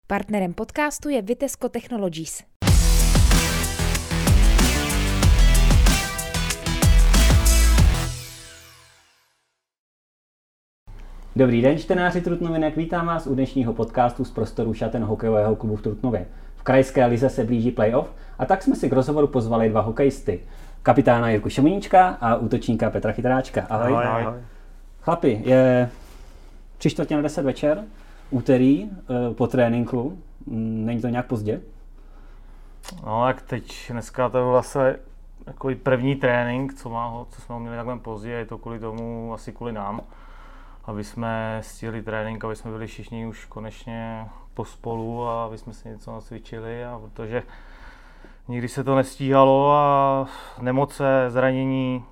Partnerem podcastu je Vitesco Technologies. Dobrý den, čtenáři Trutnovinek, vítám vás u dnešního podcastu z prostoru šaten hokejového klubu v Trutnově. V krajské lize se blíží playoff a tak jsme si k rozhovoru pozvali dva hokejisty. Kapitána Jirku Šemoníčka a útočníka Petra Chytráčka. Ahoj. Ahoj. Chlapi, je 9:45 večer, úterý, po tréninku. Není to nějak pozdě? No tak teď dneska to byl vlastně takový první trénink, co jsme ho měli takhle pozdě, je to kvůli tomu, asi kvůli nám, aby jsme stihli trénink, aby jsme byli všichni už konečně pospolu a aby jsme si něco nacvičili, a protože nikdy se to nestíhalo a nemoce, zranění,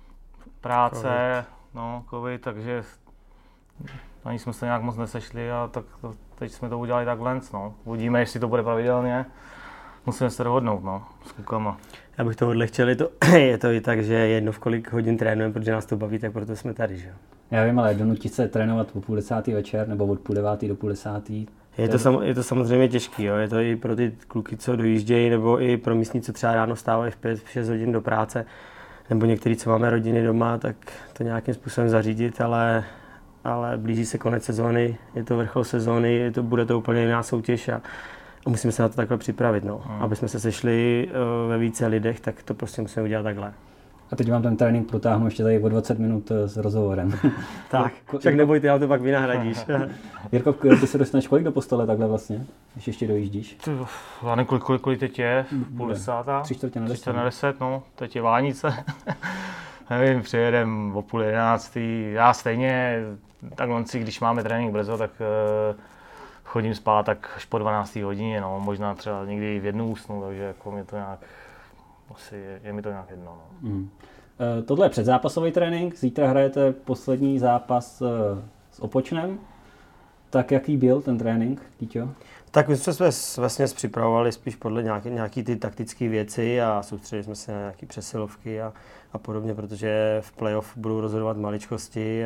práce, COVID, takže ani jsme se nějak moc nesešli a tak teď jsme to udělali takhle, Uvidíme, jestli to bude pravidelně. Musíme se dohodnout, s klukama. Já bych to odlehčil, je to i tak, že jedno v kolik hodin trénujeme, protože nás to baví, tak proto jsme tady, že jo. Já vím, ale donutit se trénovat o 9:30 večer nebo od 9:30 do 9:30. Je to samozřejmě těžký, jo. Je to i pro ty kluky, co dojíždějí, nebo i pro místní, co třeba ráno vstávají v 5-6 hodin do práce, nebo někteří, co máme rodiny doma, tak to nějakým způsobem zařídit, ale blíží se konec sezóny, je to vrchol sezóny, bude to úplně jiná soutěž a musíme se na to takhle připravit, Aby jsme se sešli ve více lidech, tak to prostě musíme udělat takhle. A teď vám ten trénink protáhnu ještě tady o 20 minut s rozhovorem. Tak, však neboj, ty ale to pak vynahradíš. Jirko, ty se dostaneš kolik do postele takhle vlastně, když ještě dojíždíš? Já nevím, kolik teď je, 9:30. 9:45, teď je Vánice. Nevím, přijedem o 10:30. Já stejně, takhle když máme trénink brzo, tak chodím spát tak až po 12. hodině, možná třeba někdy i v 1 usnu, takže jako mě to nějak, asi je mi to nějak jedno. Tohle je předzápasový trénink, zítra hrajete poslední zápas s Opočnem. Tak jaký byl ten trénink, Týťo? Tak my jsme vlastně připravovali spíš podle nějaký ty taktické věci a soustředili jsme se na nějaké přesilovky a podobně, protože v playoff budou rozhodovat maličkosti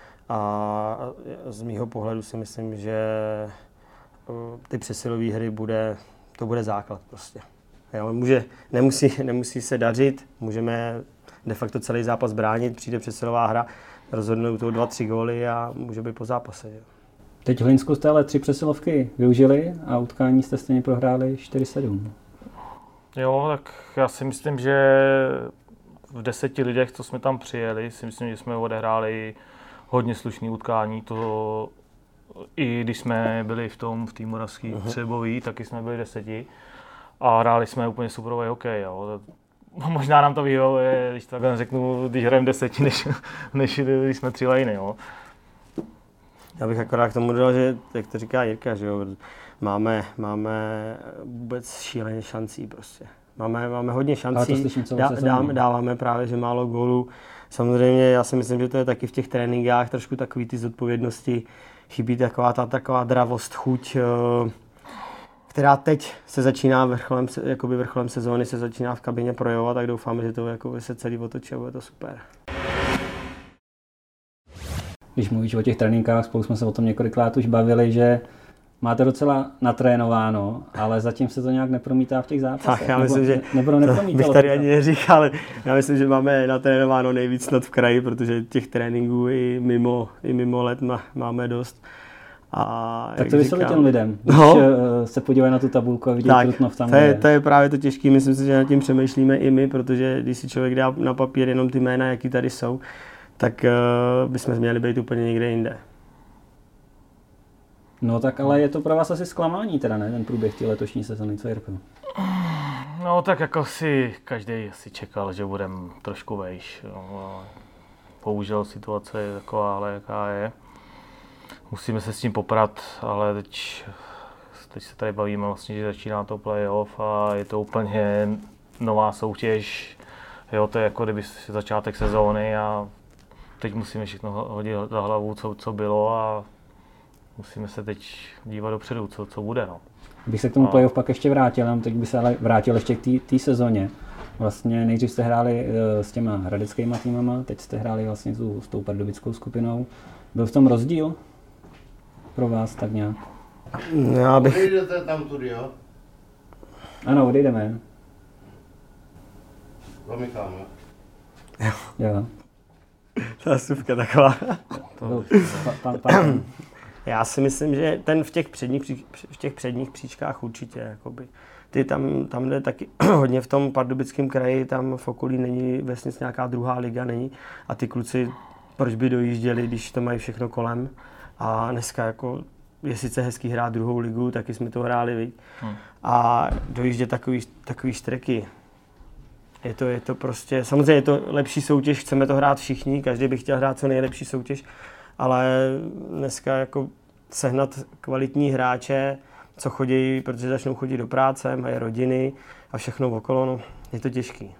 a z mýho pohledu si myslím, že ty přesilové hry to bude základ prostě. Jo, nemusí se dařit, můžeme de facto celý zápas bránit, přijde přesilová hra, rozhodnou to 2-3 góly a může být po zápase. Jo. Teď v Hlinsku jste ale 3 přesilovky využili a utkání jste stejně prohráli 4-7. Jo, tak já si myslím, že v 10 lidech, co jsme tam přijeli, si myslím, že jsme odehráli hodně slušný utkání. To i když jsme byli v té moravské Třebové, taky jsme byli 10 a hráli jsme úplně superový hokej. Jo. Možná nám to vyhovuje, když to takhle řeknu, když hrajeme 10, než když jsme 3 lajny. Jo. Já bych akorát k tomu dodal, že, jak to říká Jirka, že jo, máme vůbec šíleně šancí prostě. Máme hodně šancí, dáváme právě, že málo gólů. Samozřejmě já si myslím, že to je taky v těch tréninkách trošku takový ty zodpovědnosti, chybí taková dravost, chuť, která teď se začíná vrcholem sezóny se začíná v kabině projevovat, tak doufáme, že to se celý otočí a bude to super. Když mluvíš o těch tréninkách, spolu jsme se o tom několikrát už bavili, že máte docela natrénováno, ale zatím se to nějak nepromítá v těch zápasech. Tak já myslím, že bych tady ani neříkal, ale já myslím, že máme natrénováno nejvíc snad v kraji, protože těch tréninků i mimo let máme dost. A tak to vysvětli těm lidem, když se podívají na tu tabulku a vidí Trutnov tam. To je právě to těžké, myslím si, že nad tím přemýšlíme i my, protože když si člověk dá na papír jenom ty jména, jaký tady jsou, tak bychom měli být úplně někde jinde. No tak ale je to pro vás asi zklamání teda, ne? Ten průběh té letošní sezony, co Jirko? No tak jako každý si čekal, že budeme trošku vejš. Bohužel situace je taková, ale jaká je. Musíme se s tím poprat, ale teď se tady bavíme vlastně, že začíná to playoff a je to úplně nová soutěž. Jo, to je jako kdyby začátek sezóny a teď musíme všechno hodit za hlavu, co bylo a musíme se teď dívat dopředu, co bude. Bych se k tomu playoff pak ještě vrátil, teď by se ale vrátil ještě k té sezóně. Vlastně nejdřív jste hráli s těma hradeckýma týmama, teď jste hráli vlastně s tou pardubickou skupinou. Byl v tom rozdíl pro vás tak nějak? Já bych... Odejdete tam tudy, jo? Ano, odejdeme. Zamykáme. Jo. Ta suvka taková. Pan. Já si myslím, že ten v těch předních příčkách určitě, jakoby. Ty tam jde taky hodně v tom Pardubickém kraji, tam v okolí není vesměs nějaká druhá liga, není. A ty kluci, proč by dojížděli, když to mají všechno kolem. A dneska jako je sice hezký hrát druhou ligu, taky jsme to hráli, viď? A dojíždět takový štreky. Je to prostě, samozřejmě je to lepší soutěž, chceme to hrát všichni, každý by chtěl hrát co nejlepší soutěž, ale dneska jako sehnat kvalitní hráče, co chodí, protože začnou chodit do práce, mají rodiny a všechno okolo, no, je to těžký.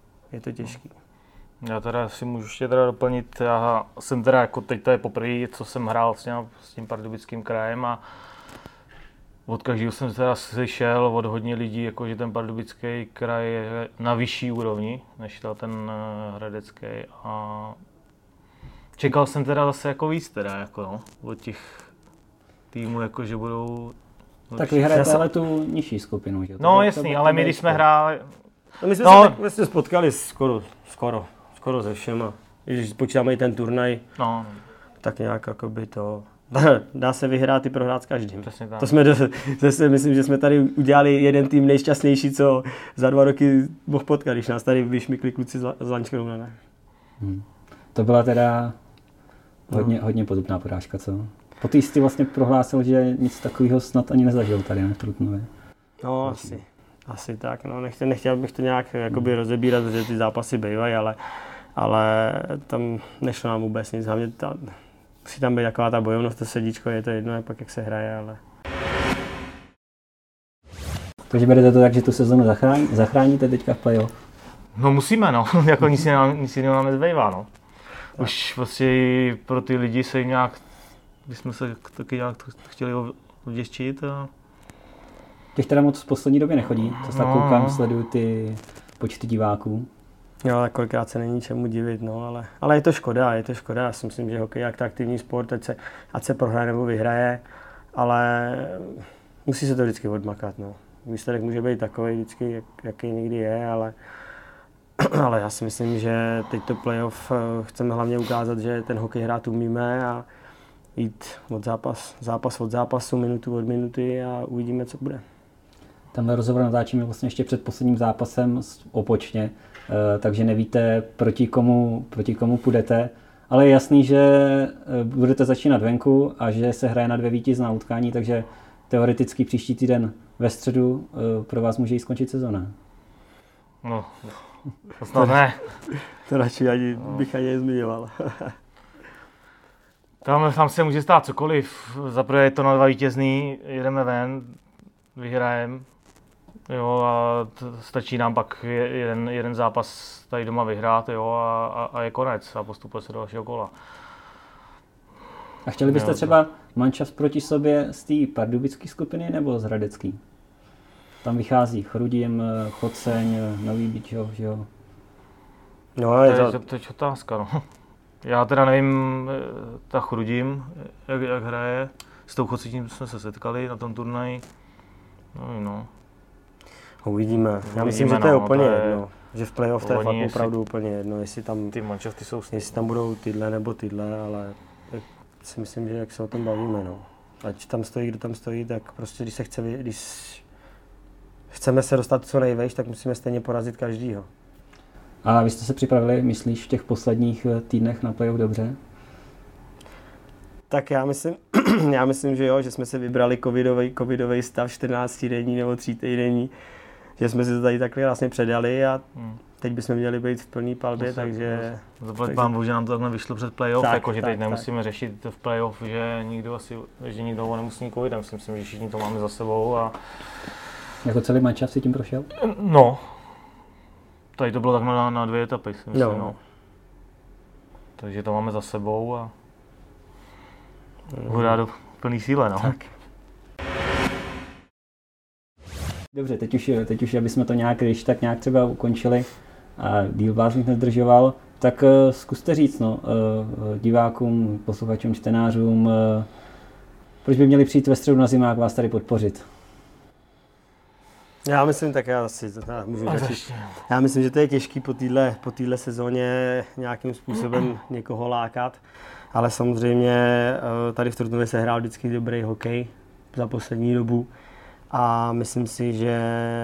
Já teda si můžu ještě teda doplnit, já jsem teda jako teď to je poprvé, co jsem hrál vlastně s tím Pardubickým krajem a od každého jsem teda slyšel od hodně lidí, jako že ten Pardubický kraj je na vyšší úrovni než ten hradecký a čekal jsem teda zase jako víc teda jako no, od těch týmů, jako že budou... Tak vyhrajete ale tu nižší skupinu, že? No jasný, ale my když jsme hráli... No, my jsme se tak vlastně spotkali skoro ze všema. Když počítáme i ten turnaj, tak nějak jakoby to... Dá se vyhrát i prohrát s každým. To jsme zase myslím, že jsme tady udělali jeden tým nejšťastnější, co za 2 roky mohl potkat, když nás tady vyšmykli kluci z Lančkrona, ne? To byla teda hodně podobná porážka, co? Po té jsi vlastně prohlásil, že nic takového snad ani nezažil tady na Trutnově. No asi tak, no nechtěl bych to nějak jakoby rozebírat, protože ty zápasy bývají, ale tam nešlo nám vůbec nic, hlavně musí tam být taková ta bojovnost, to sedíčko, je to jedno, pak jak se hraje, ale... Takže berete to tak, že tu sezonu zachráníte teďka v playoff? No musíme, no, jako nic jiného nám nezbývá, no. Už prostě pro ty lidi se jim nějak, bychom se taky nějak chtěli odděčit a... Těch teda moc v poslední době nechodí, co tak koukám, sleduju ty počty diváků. Jo, tak kolikrát se není čemu divit, no, ale je to škoda. Já si myslím, že hokej je aktivní sport, ať se prohraje nebo vyhraje, ale musí se to vždycky odmakat, no. Výsledek může být takový vždycky, jaký někdy je, ale já si myslím, že teď to playoff chceme hlavně ukázat, že ten hokej hrát umíme a jít zápas od zápasu, minutu od minuty a uvidíme, co bude. Tenhle rozhovor natáčíme vlastně ještě před posledním zápasem opočně, takže nevíte, proti komu půjdete, ale je jasný, že budete začínat venku a že se hraje na 2 vítězná utkání, takže teoreticky příští týden ve středu pro vás může i skončit sezona. No, to snad ne. To radši bych ani nezmiňoval. Tam se může stát cokoliv. Zaprvé je to na 2 vítězný, jedeme ven, vyhrajeme. Jo, a stačí nám pak jeden zápas tady doma vyhrát, jo, a je konec a postupuje se do dalšího kola. A chtěli byste třeba manšaft proti sobě z té pardubické skupiny nebo z hradecké? Tam vychází Chrudim, Choceň, Nový Byč, že jo? No, to je otázka, no. Já teda nevím, ta Chrudim, jak hraje, s tou Chocením jsme se setkali na tom turnaji, no. Uvidíme. Já myslím, že to je úplně jedno. Že v playoff to je fakt opravdu úplně jedno, jestli tam, ty manšafty jsou jestli tam budou tyhle nebo tyhle, ale si myslím, že jak se o tom bavíme, no. Ať tam stojí, kdo tam stojí, tak prostě když chceme se dostat co nejvejš, tak musíme stejně porazit každýho. A vy jste se připravili, myslíš, v těch posledních týdnech na playoff dobře? Tak já myslím, že jo, že jsme se vybrali covidový stav 14 denní nebo 3 týdenní, že jsme si to tady takhle vlastně předali a teď bychom měli být v plný palbě, takže... Zaplať pán Bůh, že nám to takhle vyšlo před playoff, jakože teď nemusíme řešit v playoff, že nikdo nemusí covidem, si myslím, že všichni to máme za sebou a... Jako celý mančaft si tím prošel? No. Tady to bylo tak na 2 etapy, si myslím, no. Takže to máme za sebou a... Hurá do plný síle, no. Tak. Dobře, teď už, aby jsme to nějak třeba ukončili a díl vás nezdržoval, tak zkuste říct, divákům, posluchačům, čtenářům, Proč by měli přijít ve středu na zimák vás tady podpořit? Já myslím, tak já asi můžu začít. Já myslím, že to je těžký po téhle sezóně nějakým způsobem někoho lákat, ale samozřejmě tady v Trutnově se hrál vždycky dobrý hokej za poslední dobu a myslím si, že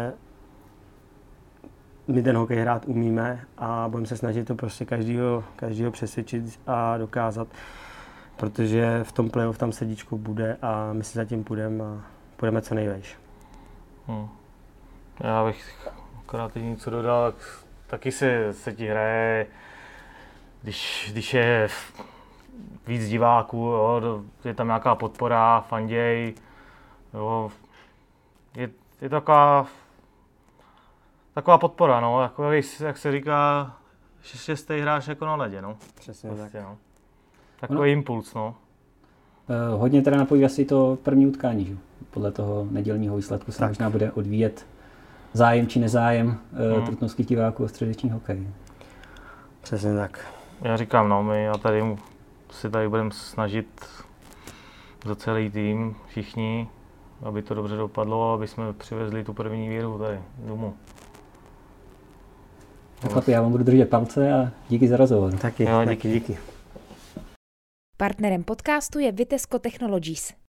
my ten hokej hrát umíme a budeme se snažit to prostě každýho přesvědčit a dokázat, protože v tom playoff tam srdíčko bude a my si zatím půjdeme co nejvejš. Já bych akorát teď něco dodal, taky se ti hraje, když je víc diváků, jo, je tam nějaká podpora, fanděj, jo, je taková podpora, no, jako jak se říká, šestý hráč jako na ledě, no. Přesně prostě, tak. No. Takový impuls, no. Hodně teda napojí asi to první utkání, že? Podle toho nedělního výsledku se možná bude odvíjet zájem či nezájem trutnovských diváků o středeční hokej. Přesně tak. Já říkám, no, my tady budeme snažit za celý tým, všichni, aby to dobře dopadlo, aby jsme přivezli tu první výhru tady domů. Tak chlapi, já vám budu držet palce a díky za rozhovor. Taky, díky. Partnerem podcastu je Vitesco Technologies.